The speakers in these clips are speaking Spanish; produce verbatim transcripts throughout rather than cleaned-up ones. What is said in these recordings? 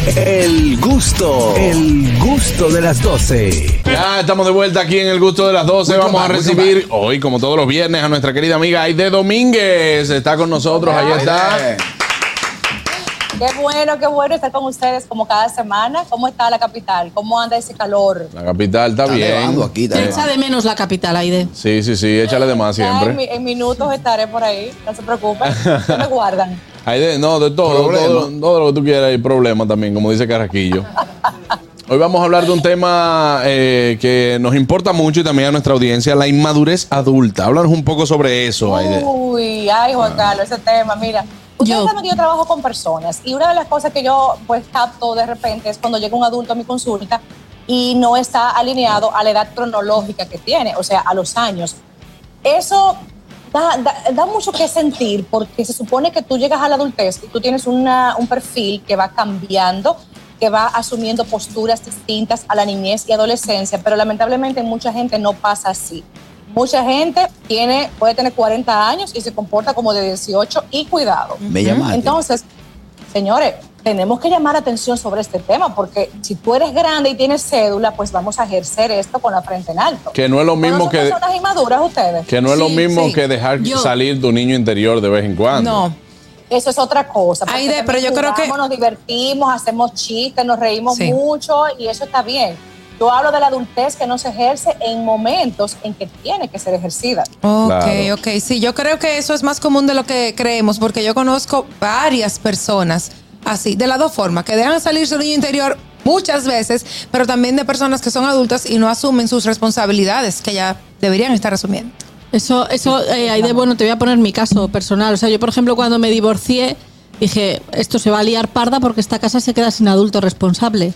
El gusto, el gusto de las doce. Ya estamos de vuelta aquí en el gusto de las doce. Mucho Vamos más, a recibir hoy, como todos los viernes, a nuestra querida amiga Aide Domínguez. Está con nosotros, ahí está. Qué bueno, qué bueno estar con ustedes como cada semana. ¿Cómo está la capital? ¿Cómo anda ese calor? La capital está, está bien. Aquí, está Echa de menos la capital, Aide. Sí, sí, sí, échale de más siempre. En, en minutos estaré por ahí, no se preocupen. ¿Qué me guardan? Aide, no, de todo, todo, todo lo que tú quieras, hay problema también, como dice Carraquillo. Hoy vamos a hablar de un tema eh, que nos importa mucho y también a nuestra audiencia, la inmadurez adulta. Háblanos un poco sobre eso, Aide. Uy, ay, Juan Carlos, ese tema, mira. Ustedes yo. saben que yo trabajo con personas y una de las cosas que yo pues capto de repente es cuando llega un adulto a mi consulta y no está alineado a la edad cronológica que tiene, o sea, a los años. Eso da, da, da mucho que sentir porque se supone que tú llegas a la adultez y tú tienes una, un perfil que va cambiando, que va asumiendo posturas distintas a la niñez y adolescencia, pero lamentablemente mucha gente no pasa así. Mucha gente tiene, puede tener cuarenta años y se comporta como de dieciocho y cuidado. Me llamaste. Entonces, señores, tenemos que llamar atención sobre este tema porque si tú eres grande y tienes cédula, pues vamos a ejercer esto con la frente en alto. Que no es lo mismo ¿No que... son personas inmaduras ustedes? Que no es sí, lo mismo sí. que dejar yo. salir tu niño interior de vez en cuando. No. Eso es otra cosa. Aide, pero yo jugamos, creo que... nos divertimos, hacemos chistes, nos reímos sí. mucho y eso está bien. Yo hablo de la adultez que no se ejerce en momentos en que tiene que ser ejercida. Ok, claro. ok. Sí, yo creo que eso es más común de lo que creemos, porque yo conozco varias personas así, de las dos formas, que dejan salir su niño interior muchas veces, pero también de personas que son adultas y no asumen sus responsabilidades, que ya deberían estar asumiendo. Eso, eso, eh, Aide, bueno, te voy a poner mi caso personal. O sea, yo, por ejemplo, cuando me divorcié, dije, esto se va a liar parda porque esta casa se queda sin adulto responsable.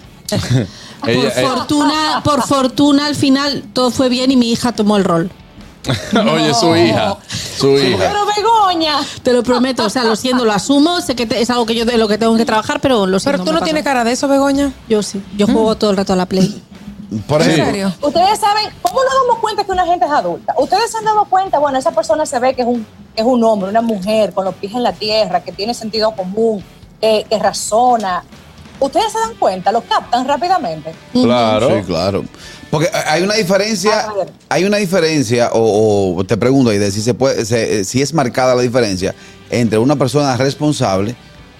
Por Ella, fortuna, por fortuna, al final todo fue bien y mi hija tomó el rol. No. Oye, su hija, su hija. Pero Begoña. Te lo prometo, o sea, lo siento, lo asumo, sé que te, es algo que yo de lo que tengo que trabajar, pero lo siento. Pero tú no tienes cara de eso, Begoña. Yo sí, yo juego mm. todo el rato a la Play. Por ¿En ejemplo, serio? Ustedes saben, ¿cómo nos damos cuenta que una gente es adulta? Ustedes se han dado cuenta, bueno, esa persona se ve que es un, que es un hombre, una mujer, con los pies en la tierra, que tiene sentido común, eh, que razona. ¿Ustedes se dan cuenta? ¿Lo captan rápidamente? Claro. Sí, claro. Porque hay una diferencia, hay una diferencia, o, o te pregunto, Aide, si se puede, se, si es marcada la diferencia entre una persona responsable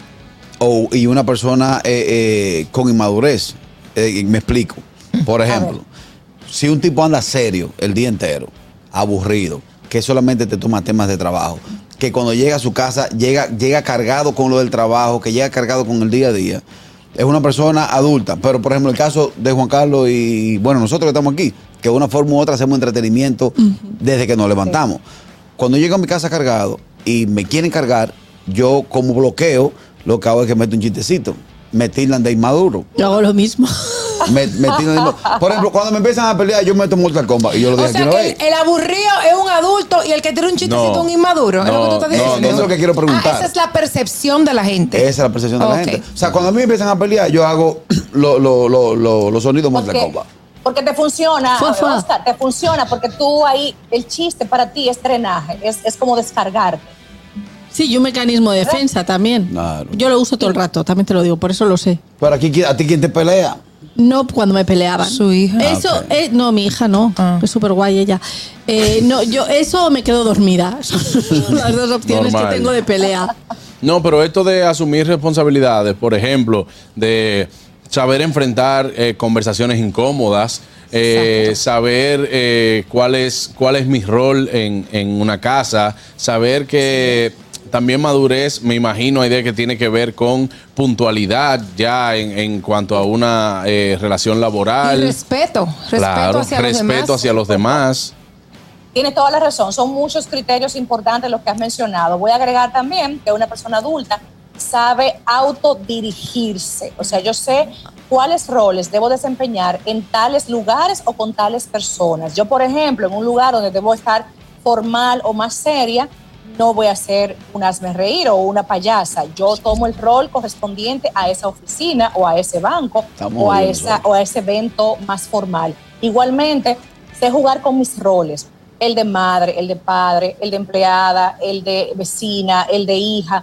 o, y una persona eh, eh, con inmadurez. Eh, me explico. Por ejemplo, si un tipo anda serio el día entero, aburrido, que solamente te toma temas de trabajo, que cuando llega a su casa llega, llega cargado con lo del trabajo, que llega cargado con el día a día, es una persona adulta. Pero, por ejemplo, el caso de Juan Carlos y, bueno, nosotros que estamos aquí, que de una forma u otra hacemos entretenimiento uh-huh. desde que nos levantamos. Sí. Cuando llego a mi casa cargado y me quieren cargar, yo como bloqueo, lo que hago es que meto un chistecito. Me tildan de inmaduro. Yo hago lo mismo. Me, me tildan de, por ejemplo, cuando me empiezan a pelear, yo meto Mortal Kombat y yo lo dije o sea, aquí una que vez. El, el aburrido es un adulto y el que tiene un chistecito es no, un inmaduro. No, ¿Es lo que tú estás diciendo? No, no, eso es lo que quiero preguntar. Ah, esa es la percepción de la gente. Esa es la percepción de okay. la gente. O sea, cuando a mí me empiezan a pelear, yo hago lo, lo, lo, lo, los sonidos Mortal Kombat. Porque te funciona, fue, fue. Oscar, te funciona porque tú ahí, el chiste para ti es drenaje, es, es como descargarte. Sí, y un mecanismo de defensa también. Claro. Yo lo uso todo el rato, también te lo digo, por eso lo sé. Pero aquí, ¿a ti quién te pelea? No cuando me peleaban. Su hija. Eso, Ah, okay. eh, no, mi hija no. Ah. Es súper guay ella. Eh, no, yo eso me quedo dormida. Son las dos opciones Normal. que tengo de pelea. No, pero esto de asumir responsabilidades, por ejemplo, de saber enfrentar eh, conversaciones incómodas, eh, saber eh, cuál es cuál es mi rol en, en una casa, saber que también madurez, me imagino, hay idea que tiene que ver con puntualidad ya en, en cuanto a una eh, relación laboral. Y respeto, respeto claro, hacia respeto los demás. hacia los demás. Tienes toda la razón, son muchos criterios importantes los que has mencionado. Voy a agregar también que una persona adulta sabe autodirigirse. O sea, yo sé cuáles roles debo desempeñar en tales lugares o con tales personas. Yo, por ejemplo, en un lugar donde debo estar formal o más seria, no voy a ser un hazme reír o una payasa. Yo tomo el rol correspondiente a esa oficina o a ese banco o a, esa, o a ese evento más formal. Igualmente, sé jugar con mis roles. El de madre, el de padre, el de empleada, el de vecina, el de hija.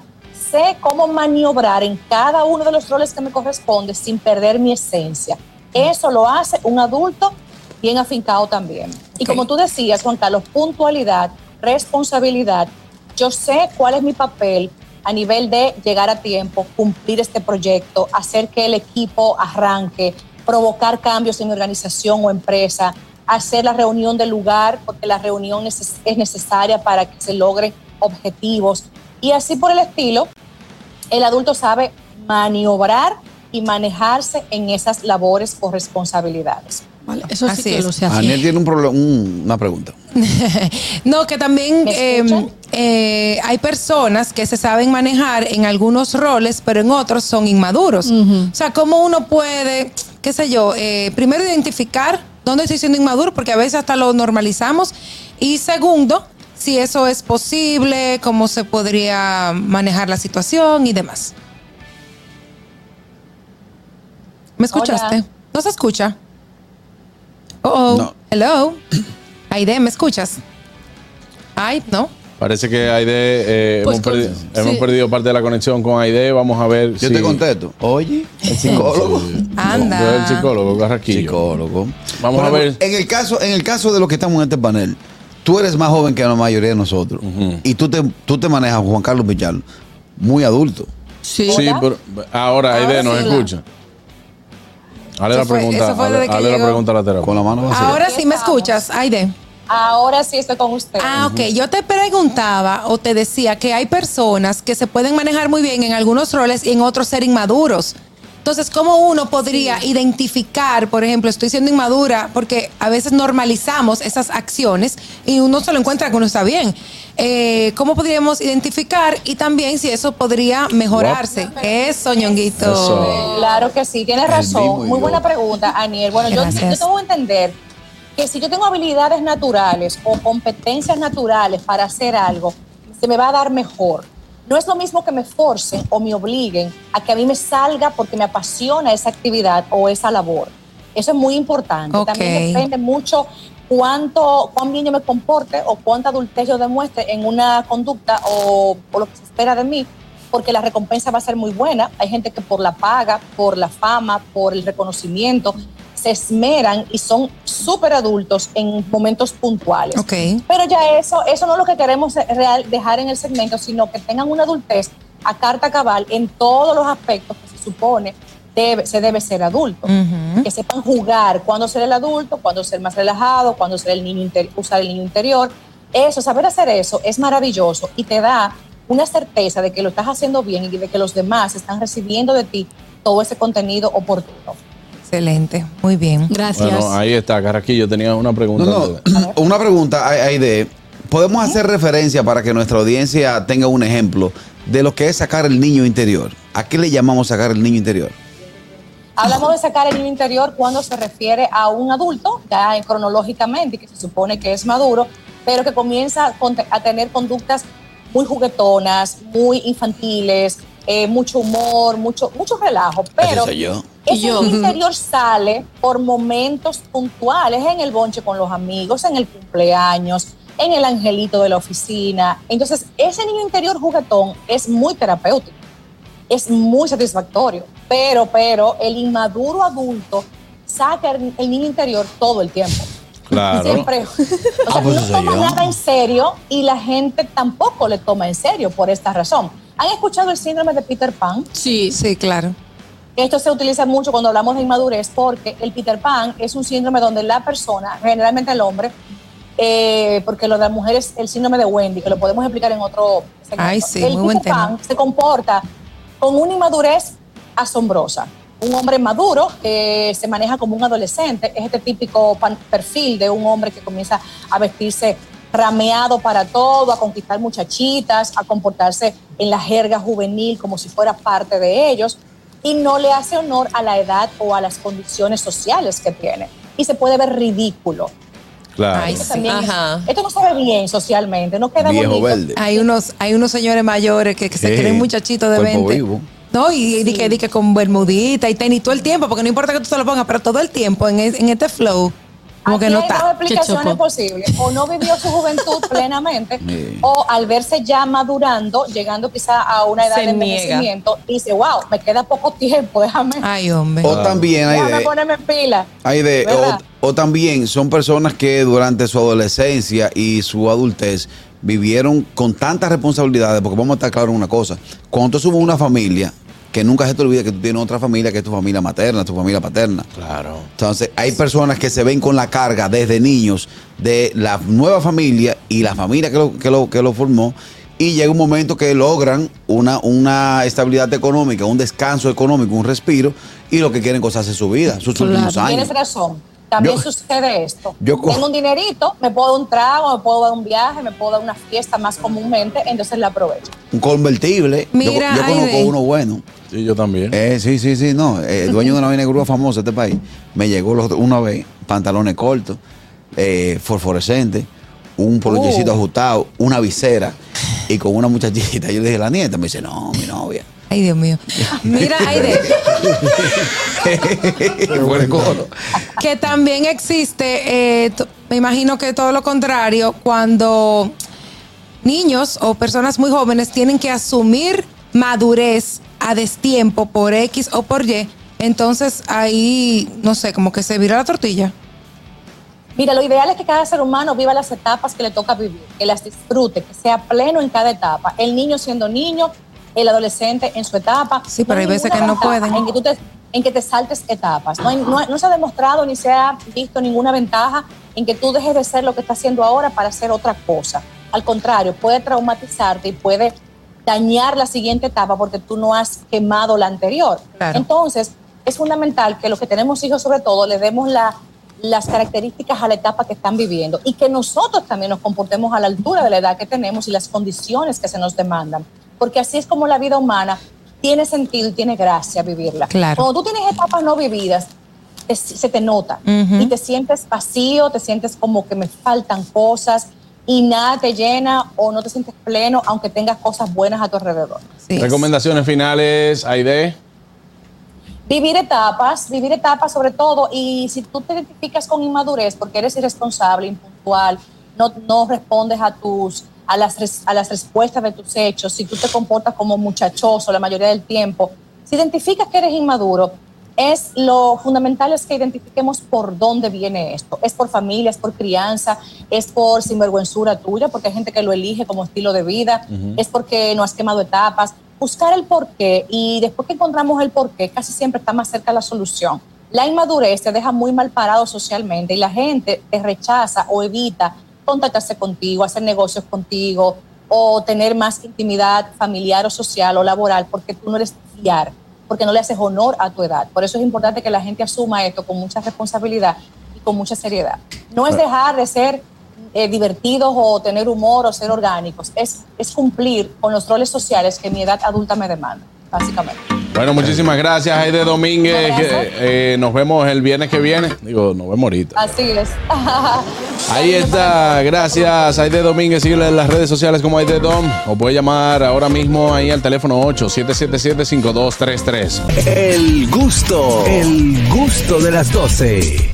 sé cómo maniobrar en cada uno de los roles que me corresponde sin perder mi esencia. Eso lo hace un adulto bien afincado también. Y Okay. como tú decías, Juan Carlos, puntualidad, responsabilidad. Yo sé cuál es mi papel a nivel de llegar a tiempo, cumplir este proyecto, hacer que el equipo arranque, provocar cambios en mi organización o empresa, hacer la reunión del lugar, porque la reunión es, es necesaria para que se logren objetivos. Y así por el estilo, el adulto sabe maniobrar y manejarse en esas labores o responsabilidades. Vale, eso sí Así que es. lo sé hacer. Aniel tiene un problema, un- una pregunta. No, que también ¿Me eh, escuchan? eh, hay personas que se saben manejar en algunos roles, pero en otros son inmaduros. O sea, ¿cómo uno puede, qué sé yo, eh, primero identificar dónde estoy siendo inmaduro? Porque a veces hasta lo normalizamos. Y segundo, si eso es posible, cómo se podría manejar la situación y demás. ¿Me escuchaste? Hola. ¿No se escucha? Oh, oh. No. Hello. Aide, ¿me escuchas? Ay, no. Parece que Aide, eh, Pues hemos, con- perdido, sí. hemos perdido parte de la conexión con Aide. Vamos a ver Yo si... te contesto. Oye, el psicólogo. Anda. No, el psicólogo, Carraquillo. Psicólogo. Vamos Por a ver. ejemplo, En el caso, en el caso de los que estamos en este panel, tú eres más joven que la mayoría de nosotros. Y tú te, tú te manejas, Juan Carlos Pichardo, muy adulto. Sí. Sí, Hola. pero ahora Aide Ahora nos sí. escucha. Hale Eso la fue- pregunta, eso fue hale- desde que hale la llegó. pregunta a la terapia. Con la mano vacía. Ahora Aquí sí me estamos. escuchas, Aide. Ahora sí estoy con usted. Ah, ok. Yo te preguntaba o te decía que hay personas que se pueden manejar muy bien en algunos roles y en otros ser inmaduros. Entonces, ¿cómo uno podría identificar, por ejemplo, estoy siendo inmadura? Porque a veces normalizamos esas acciones y uno se lo encuentra que uno está bien. Eh, ¿Cómo podríamos identificar? Y también si eso podría mejorarse. Eso, Ñonguito. Eso. Claro que sí, tienes El razón. mismo Muy idioma. buena pregunta, Aniel. Bueno, yo, Gracias. yo tengo que entender que si yo tengo habilidades naturales o competencias naturales para hacer algo, se me va a dar mejor. No es lo mismo que me forcen o me obliguen a que a mí me salga porque me apasiona esa actividad o esa labor. Eso es muy importante. Ok. También depende mucho cuánto, cuán bien yo me comporte o cuánta adultez yo demuestre en una conducta o, o lo que se espera de mí, porque la recompensa va a ser muy buena. Hay gente que por la paga, por la fama, por el reconocimiento, se esmeran y son súper adultos en momentos puntuales. Ok. Pero ya eso, eso no es lo que queremos real, dejar en el segmento, sino que tengan una adultez a carta cabal en todos los aspectos que se supone debe, se debe ser adulto. Ujú. Que sepan jugar, cuándo ser el adulto, cuándo ser más relajado, cuándo ser el niño inter- usar el niño interior. Eso, saber hacer eso es maravilloso y te da una certeza de que lo estás haciendo bien y de que los demás están recibiendo de ti todo ese contenido oportuno. Excelente. Muy bien. Gracias. Bueno, ahí está, Carraquillo. Tenía una pregunta. No, antes no, una pregunta, Aide. ¿Podemos hacer referencia para que nuestra audiencia tenga un ejemplo de lo que es sacar el niño interior? ¿A qué le llamamos sacar el niño interior? Hablamos de sacar el niño interior cuando se refiere a un adulto, ya en- cronológicamente, que se supone que es maduro, pero que comienza a con- a tener conductas muy juguetonas, muy infantiles, eh, mucho humor, mucho, mucho relajo. Pero soy yo. ese Yo. niño interior sale por momentos puntuales, en el bonche con los amigos, en el cumpleaños, en el angelito de la oficina. Entonces, ese niño interior juguetón es muy terapéutico, es muy satisfactorio, pero, pero el inmaduro adulto saca el, el niño interior todo el tiempo. Claro. Siempre. O sea, Ah, pues no eso soy toma yo. nada en serio y la gente tampoco le toma en serio por esta razón. ¿Han escuchado el síndrome de Peter Pan? Sí. Sí, claro. Esto se utiliza mucho cuando hablamos de inmadurez porque el Peter Pan es un síndrome donde la persona, generalmente el hombre, eh, porque lo de las mujeres, el síndrome de Wendy, que lo podemos explicar en otro segmento. Ay, sí, el muy buen Peter tema. Pan se comporta con una inmadurez asombrosa. Un hombre maduro que se maneja como un adolescente, es este típico pan- perfil de un hombre que comienza a vestirse rameado para todo, a conquistar muchachitas, a comportarse en la jerga juvenil como si fuera parte de ellos y no le hace honor a la edad o a las condiciones sociales que tiene. Y se puede ver ridículo. Claro. Ay, Esto, sí. también es- Ajá. esto no se ve bien socialmente, no queda Viejo bonito. verde. Hay unos, hay unos señores mayores que, que se Sí. creen muchachitos de Cuerpo veinte. vivo. No, y, di que, di que con bermudita y tenis todo el tiempo, porque no importa que tú te lo pongas, pero todo el tiempo en, es- en este flow. Como que Aquí no hay dos está. explicaciones chopo. posibles. O no vivió su juventud plenamente, Sí. o al verse ya madurando, llegando quizá a una edad Se de niega. envejecimiento, dice, wow, me queda poco tiempo, déjame, Ay, hombre. O también hay déjame de, ponerme en pila. hay de ¿Verdad? o, o también son personas que durante su adolescencia y su adultez vivieron con tantas responsabilidades, porque vamos a estar claros en una cosa, cuando tú asumes una familia, que nunca se te olvide que tú tienes otra familia que es tu familia materna, tu familia paterna. Claro. Entonces, hay personas que se ven con la carga desde niños de la nueva familia y la familia que lo, que lo, que lo formó, y llega un momento que logran una, una estabilidad económica, un descanso económico, un respiro, y lo que quieren gozarse su vida, sus Claro. últimos años. Tienes razón. También Yo- sucede esto. yo co- Tengo un dinerito, me puedo dar un trago, me puedo dar un viaje, me puedo dar una fiesta más comúnmente, entonces la aprovecho. Un convertible. Mira, yo, yo conozco Aide. uno bueno. Sí, yo también. Eh, sí, sí, sí, no. eh, dueño de una vaina de grúa famosa de este país. Me llegó los- una vez, pantalones cortos, eh, fosforescentes, un polochecito Uh. ajustado, una visera y con una muchachita. Yo le dije, la nieta, me dice, no, mi novia. Ay, Dios mío. Mira, Aide, Fuera de coro. que también existe, eh, t- me imagino que todo lo contrario, cuando niños o personas muy jóvenes tienen que asumir madurez a destiempo por X o por Y, entonces ahí, no sé, como que se vira la tortilla. Mira, lo ideal es que cada ser humano viva las etapas que le toca vivir, que las disfrute, que sea pleno en cada etapa. El niño siendo niño, el adolescente en su etapa. Sí, pero hay hay veces ninguna que no ventaja pueden. En que, tú te, en que te saltes etapas. No, hay- no- no se ha demostrado ni se ha visto ninguna ventaja en que tú dejes de ser lo que estás haciendo ahora para hacer otra cosa. Al contrario, puede traumatizarte y puede dañar la siguiente etapa porque tú no has quemado la anterior. Claro. Entonces, es fundamental que los que tenemos hijos, sobre todo, le demos la, las características a la etapa que están viviendo y que nosotros también nos comportemos a la altura de la edad que tenemos y las condiciones que se nos demandan. Porque así es como la vida humana tiene sentido y tiene gracia vivirla. Claro. Cuando tú tienes etapas no vividas, te- se te nota Ujú. y te sientes vacío, te sientes como que me faltan cosas y nada te llena o no te sientes pleno, aunque tengas cosas buenas a tu alrededor. Sí. Recomendaciones finales, Aide. Vivir etapas, vivir etapas sobre todo, y si tú te identificas con inmadurez porque eres irresponsable, impuntual, no, no respondes a tus a las, res- a las respuestas de tus hechos, si tú te comportas como muchachoso la mayoría del tiempo, si identificas que eres inmaduro, es lo fundamental es que identifiquemos por dónde viene esto. Es por familia, es por crianza, es por sinvergüenzura tuya, porque hay gente que lo elige como estilo de vida, es porque no has quemado etapas. Buscar el porqué, y después que encontramos el porqué, casi siempre está más cerca la solución. La inmadurez te deja muy mal parado socialmente y la gente te rechaza o evita contactarse contigo, hacer negocios contigo o tener más intimidad familiar o social o laboral porque tú no eres fiar, porque no le haces honor a tu edad. Por eso es importante que la gente asuma esto con mucha responsabilidad y con mucha seriedad. No es dejar de ser eh, divertidos o tener humor o ser orgánicos, es, es cumplir con los roles sociales que mi edad adulta me demanda, básicamente. Bueno, muchísimas gracias, Aide Domínguez. Un abrazo. Que, eh, nos vemos el viernes que viene. Digo, nos vemos ahorita. Así es. Ahí está, gracias Aide Domínguez, síguela en las redes sociales como Aide Dom, o puede llamar ahora mismo ahí al teléfono ocho siete siete siete, cinco dos tres tres. El gusto, el gusto de las doce.